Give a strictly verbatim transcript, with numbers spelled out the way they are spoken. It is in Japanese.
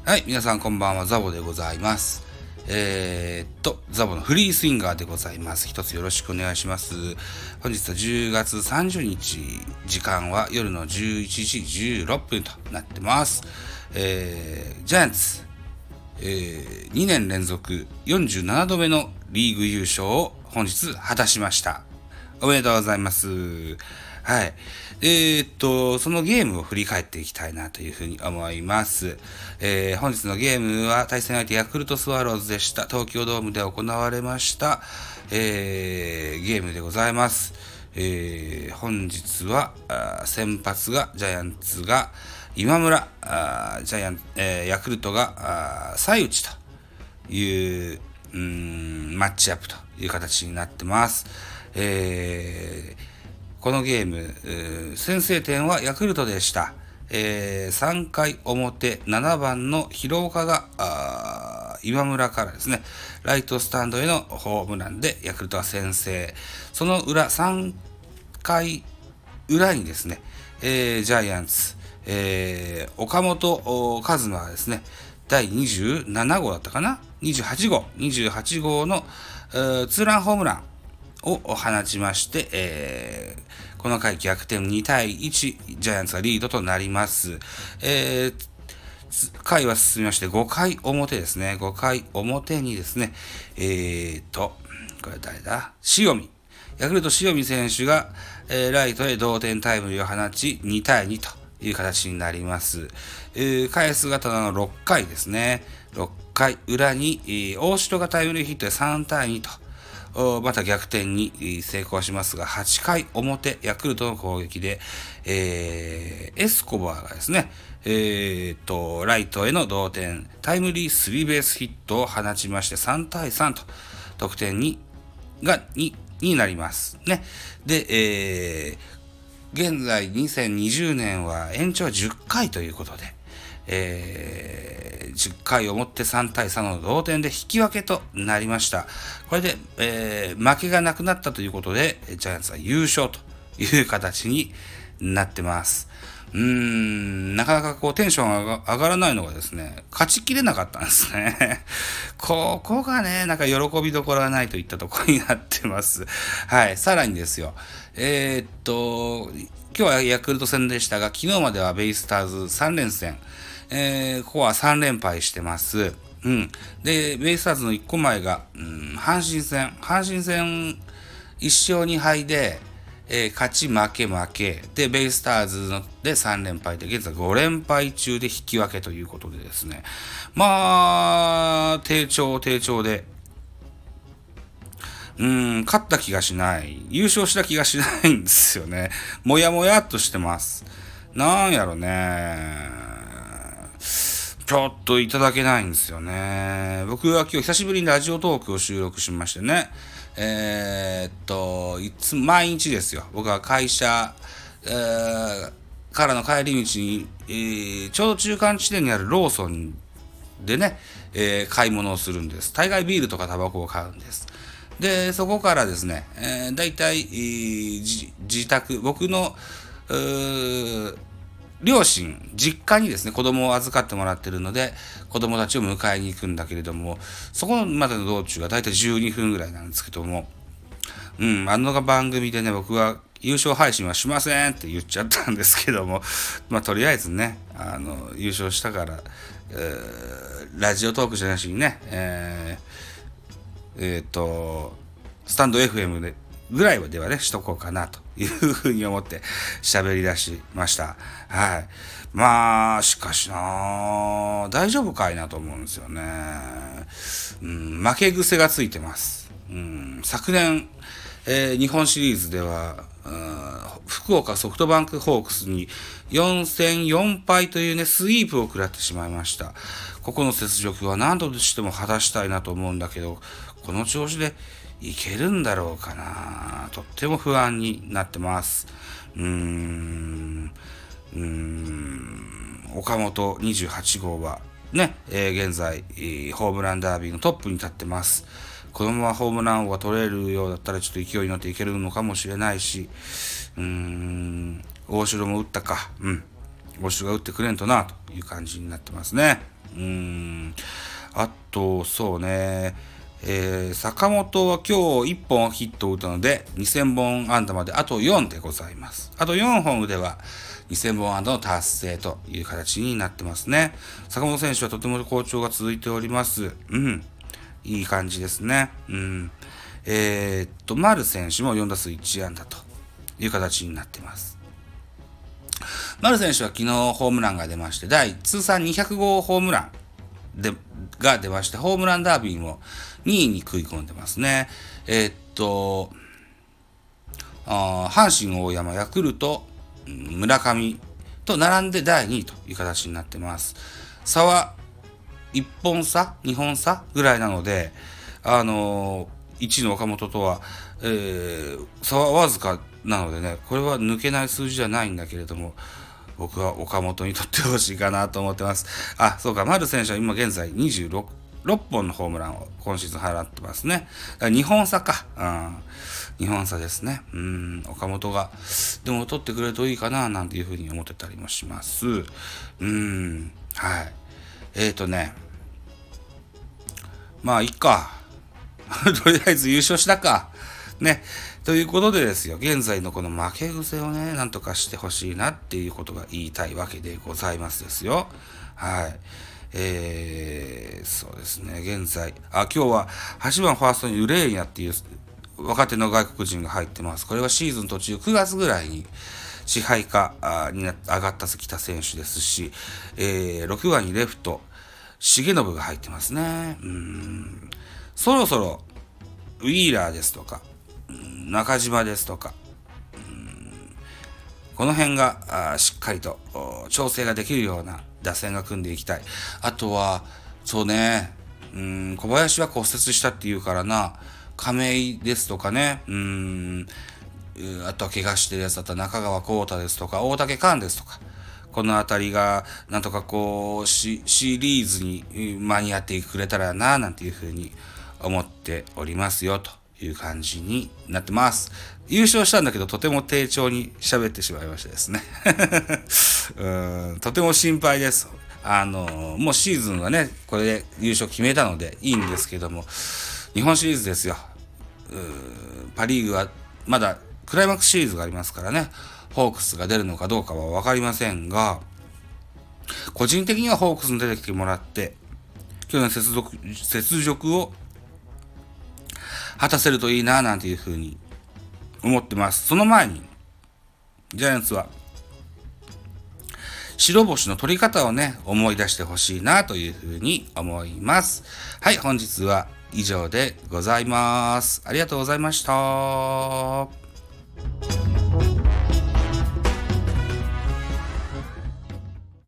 はい、皆さんこんばんは、ザボでございます。えー、っと、ザボのフリースインガーでございます。一つよろしくお願いします。本日はじゅうがつさんじゅうにち、時間は夜のじゅういちじじゅうろっぷんとなってます。えー、ジャイアンツ、えー、にねん連続よんじゅうななどめのリーグ優勝を本日果たしました。おめでとうございます。はい。えー、っと、そのゲームを振り返っていきたいなというふうに思います。えー、本日のゲームは対戦相手ヤクルトスワローズでした。東京ドームで行われました、えー、ゲームでございます。えー、本日は先発がジャイアンツが今村、ジャイアン、えー、ヤクルトが西内といううーんマッチアップという形になってます。えーこのゲーム、先制点はヤクルトでした。えー、さんかい表、ななばんの廣岡が今村からですね、ライトスタンドへのホームランでヤクルトは先制。その裏、さんかい裏にですね、えー、ジャイアンツ、えー、岡本和真はですね、だいにじゅうななごうだったかな ?にじゅうはち 号、にじゅうはち号のツーランホームランを放ちまして、えー、この回逆転にたいいち、ジャイアンツがリードとなります。えー、回は進みましてごかい表ですね。ごかい表にですね、えーと、これ誰だ塩見。ヤクルト塩見選手が、えー、ライトへ同点タイムリーを放ちにたいにという形になります。えー、返す型のろっかいですね。ろっかい裏に、えー、大城がタイムリーヒットでさんたいにと。また逆転に成功しますが、はちかい表、ヤクルトの攻撃で、えー、エスコバーがですね、えー、と、ライトへの同点、タイムリースリーベースヒットを放ちまして、さんたいさんと、得点に、が、に、になります。ね。で、えー、現在にせんにじゅうねんは延長じゅっかいということで、えー、じゅっかいをもってさんたいさんの同点で引き分けとなりました。これで、えー、負けがなくなったということで、ジャイアンツは優勝という形になってます。うーん、なかなかこうテンションが上がらないのがですね、勝ちきれなかったんですね。ここがね、なんか喜びどころがないといったところになってます。はい、さらにですよ。えー、っと、今日はヤクルト戦でしたが、昨日まではベイスターズさんれんせん。えー、ここはさんれんぱいしてます。うん。で、ベイスターズのいっこまえが、うん、阪神戦。阪神戦いっしょうにはいで、えー、勝ち負け負け。で、ベイスターズのでさんれんぱいで、現在ごれんぱい中で引き分けということでですね。まあ、低調低調で、うん、勝った気がしない。優勝した気がしないんですよね。もやもやっとしてます。なんやろね。ちょっといただけないんですよね。僕は今日久しぶりにラジオトークを収録しましてね。えー、っと、いつ毎日ですよ。僕は会社、えー、からの帰り道に、えー、ちょうど中間地点にあるローソンでね、えー、買い物をするんです。大概ビールとかタバコを買うんです。で、そこからですね、えー、大体、えー、自宅、僕の、うー両親、実家にですね、子供を預かってもらってるので、子供たちを迎えに行くんだけれども、そこまでの道中がだいたいじゅうにふんぐらいなんですけども、うん、あの番組でね、僕は優勝配信はしませんって言っちゃったんですけども、まあ、とりあえずね、あの、優勝したから、えー、ラジオトークじゃなしにね、えー、えー、っと、スタンド エフエム で、ぐらいではね、しとこうかなというふうに思って喋り出しました。はい。まあ、しかしな大丈夫かいなと思うんですよね。うん、負け癖がついてます。うん、昨年、えー、日本シリーズでは、福岡ソフトバンクホークスによんせんよんぱいというね、スイープを食らってしまいました。ここの雪辱は何度としても果たしたいなと思うんだけど、この調子でいけるんだろうかな。とっても不安になってます。うーん。うーん。岡本にじゅうはちごうはね、えー、現在、えー、ホームランダービーのトップに立ってます。このままホームラン王が取れるようだったらちょっと勢いに乗っていけるのかもしれないし、うーん。大城も打ったか。うん。 ウォシュが打ってくれんとなという感じになってますね。うーんあとそうね、えー、坂本は今日いっぽんヒットを打ったのでにせんぼん安打まであとよんでございます。あとよんほん打てばにせんぼん安打の達成という形になってますね。坂本選手はとても好調が続いております。うん、いい感じですね。うん、えー、っと丸選手もよんだすういちあんだという形になっています。丸選手は昨日ホームランが出まして、第通算にひゃくごうホームランでが出まして、ホームランダービーもにいに食い込んでますね。えー、っとあ阪神、大山、ヤクルト、村上と並んでだいにいという形になってます。差はいっぽんさにほんさぐらいなので、あのー、いちいの岡本とは、えー、差はわずかなのでね、これは抜けない数字じゃないんだけれども、僕は岡本にとってほしいかなと思ってます。あ、そうか、丸選手は今現在にじゅうろっぽんのホームランを今シーズン放ってますね。にほんさか。うん、にほんさですね。うん、岡本が、でも取ってくれるといいかな、なんていうふうに思ってたりもします。うん、はい。えーとね、まあ、いっか。とりあえず優勝したか。ね。ということでですよ、現在のこの負け癖をね、なんとかしてほしいなっていうことが言いたいわけでございますですよ。はい。えー、そうですね、現在、あ、今日ははちばんファーストにウレーニャっていう若手の外国人が入ってます。これはシーズン途中くがつぐらいに支配下に上がったきた選手ですし、えー、ろくばんにレフト、重信が入ってますね。うーん、そろそろウィーラーですとか、中島ですとか、この辺がしっかりと調整ができるような打線が組んでいきたい。あとは、そうね、うん、小林は骨折したっていうからな、亀井ですとかね、うん、あとは怪我してるやつだったら中川幸太ですとか、大竹寛ですとか、このあたりが、なんとかこう、シ, シリーズに間に合ってくれたらな、なんていうふうに思っておりますよ、という感じになってます。優勝したんだけど、とても低調に喋ってしまいましたですね。うん、とても心配です。あの、もうシーズンはね、これで優勝決めたのでいいんですけども、日本シリーズですよ。パリーグはまだクライマックスシリーズがありますからね、ホークスが出るのかどうかは分かりませんが、個人的にはホークスに出てきてもらって、去年雪辱、雪辱を果たせるといいな、なんていうふうに思ってます。その前に、ジャイアンツは、白星の取り方をね、思い出してほしいな、というふうに思います。はい、本日は以上でございます。ありがとうございました。